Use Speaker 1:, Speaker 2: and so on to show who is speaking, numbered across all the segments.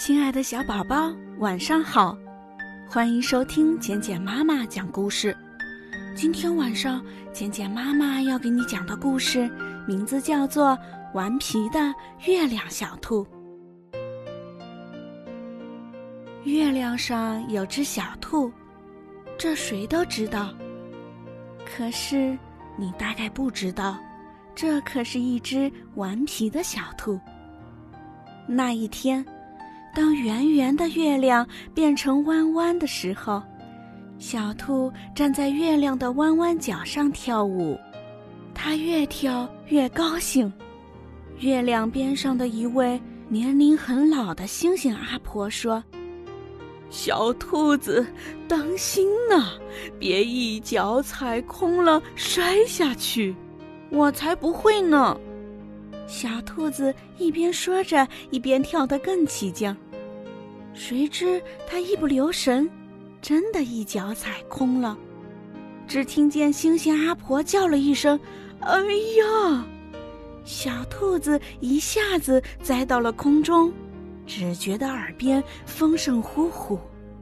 Speaker 1: 亲爱的小宝宝，晚上好，欢迎收听简简妈妈讲故事。今天晚上简简妈妈要给你讲的故事名字叫做《顽皮的月亮小兔》。月亮上有只小兔，这谁都知道。可是你大概不知道，这可是一只顽皮的小兔。那一天，当圆圆的月亮变成弯弯的时候，小兔站在月亮的弯弯角上跳舞，它越跳越高兴。月亮边上的一位年龄很老的星星阿婆说：“小兔子，当心呐，别一脚踩空了摔下去。”我才不会呢。小兔子一边说着，一边跳得更起劲。谁知它一不留神，真的一脚踩空了。只听见星星阿婆叫了一声：“哎呀！”小兔子一下子栽到了空中，只觉得耳边风声呼呼。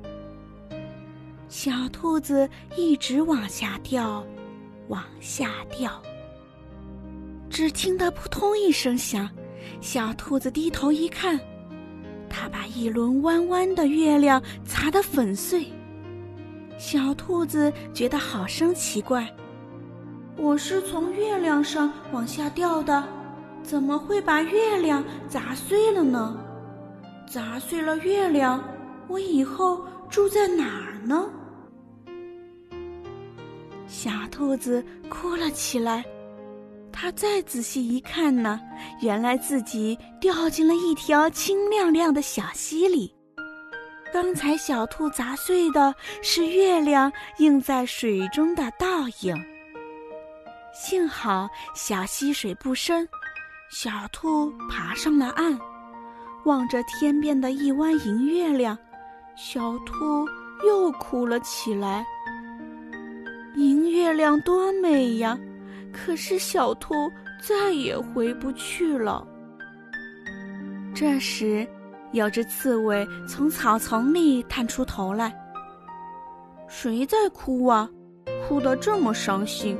Speaker 1: 小兔子一直往下掉，往下掉。只听得扑通一声响，小兔子低头一看，它把一轮弯弯的月亮砸得粉碎。小兔子觉得好生奇怪，我是从月亮上往下掉的，怎么会把月亮砸碎了呢？砸碎了月亮，我以后住在哪儿呢？小兔子哭了起来。他再仔细一看呢，原来自己掉进了一条清亮亮的小溪里。刚才小兔砸碎的是月亮映在水中的倒影。幸好小溪水不深，小兔爬上了岸，望着天边的一弯银月亮，小兔又哭了起来。银月亮多美呀！可是小兔再也回不去了。这时，有只刺猬从草丛里探出头来。谁在哭啊？哭得这么伤心？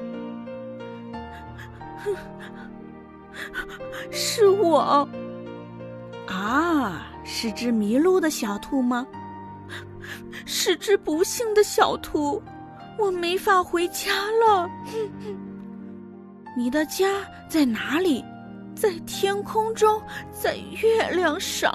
Speaker 1: 是我。啊，是只迷路的小兔吗？是只不幸的小兔，我没法回家了。你的家在哪里？在天空中，在月亮上。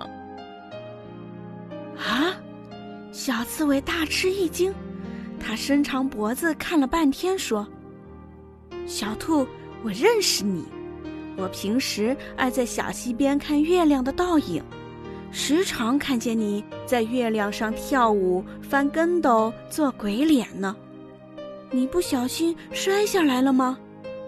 Speaker 1: 啊！小刺猬大吃一惊，它伸长脖子看了半天，说：“小兔，我认识你。我平时爱在小溪边看月亮的倒影，时常看见你在月亮上跳舞、翻跟斗、做鬼脸呢。你不小心摔下来了吗？”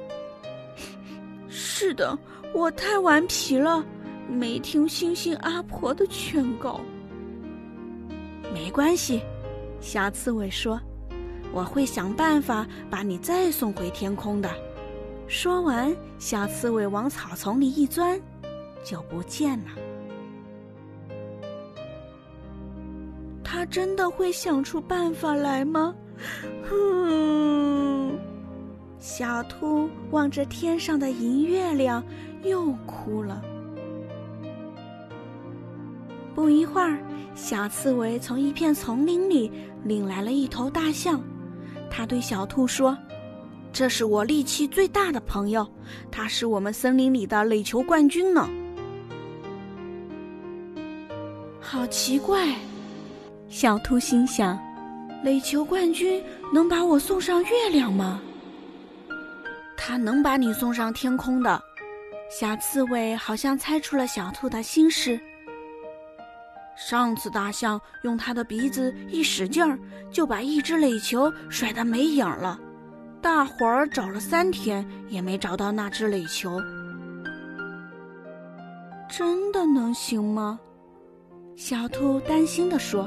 Speaker 1: 是的，我太顽皮了，没听星星阿婆的劝告。没关系，小刺猬说，我会想办法把你再送回天空的。说完，小刺猬往草丛里一钻，就不见了。他真的会想出办法来吗？小兔望着天上的银月亮，又哭了。不一会儿，小刺猬从一片丛林里领来了一头大象。他对小兔说：“这是我力气最大的朋友，他是我们森林里的垒球冠军呢。”好奇怪，小兔心想，垒球冠军能把我送上月亮吗？他能把你送上天空的。小刺猬好像猜出了小兔的心事。上次大象用它的鼻子一使劲儿，就把一只垒球甩得没影了。大伙儿找了3天，也没找到那只垒球。真的能行吗？小兔担心地说。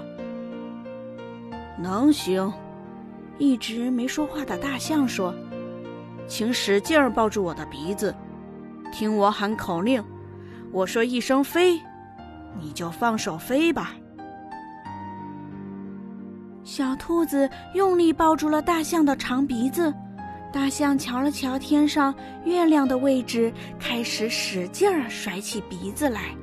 Speaker 1: 能行。一直没说话的大象说，请使劲儿抱住我的鼻子，听我喊口令，我说一声飞，
Speaker 2: 你就放手飞吧。
Speaker 1: 小兔子用力抱住了大象的长鼻子，大象瞧了瞧天上月亮的位置，开始使劲儿甩起鼻子来。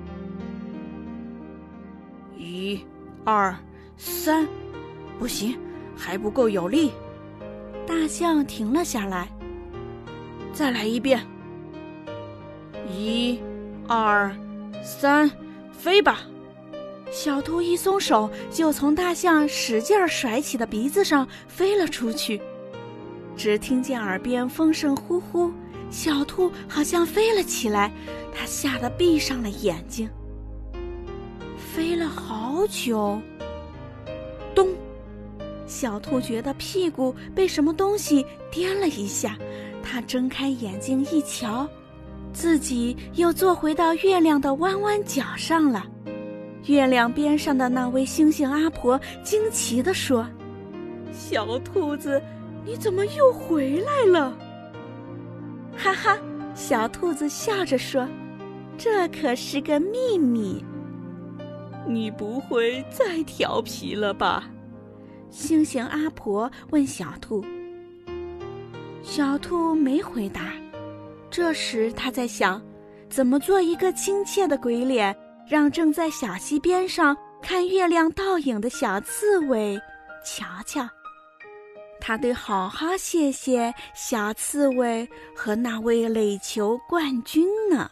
Speaker 2: 1、2、3，不行，还不够有力。
Speaker 1: 大象停了下来，
Speaker 2: 再来一遍。1、2、3，飞吧！
Speaker 1: 小兔一松手，就从大象使劲儿甩起的鼻子上飞了出去。只听见耳边风声呼呼，小兔好像飞了起来，它吓得闭上了眼睛。飞了好久，咚！小兔觉得屁股被什么东西颠了一下，它睁开眼睛一瞧，自己又坐回到月亮的弯弯角上了。月亮边上的那位猩猩阿婆惊奇地说：“小兔子，你怎么又回来了？”哈哈，小兔子笑着说：“这可是个秘密。”
Speaker 2: 你不会再调皮了吧？
Speaker 1: 猩猩阿婆问小兔。小兔没回答。这时他在想，怎么做一个亲切的鬼脸，让正在小溪边上看月亮倒影的小刺猬瞧瞧。他得好好谢谢小刺猬和那位垒球冠军呢。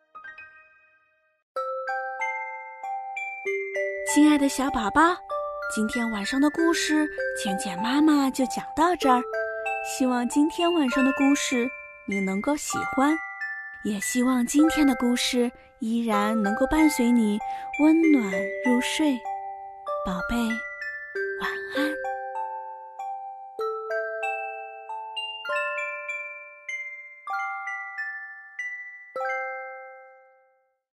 Speaker 1: 亲爱的小宝宝，今天晚上的故事浅浅妈妈就讲到这儿。希望今天晚上的故事你能够喜欢，也希望今天的故事依然能够伴随你温暖入睡。宝贝，晚安。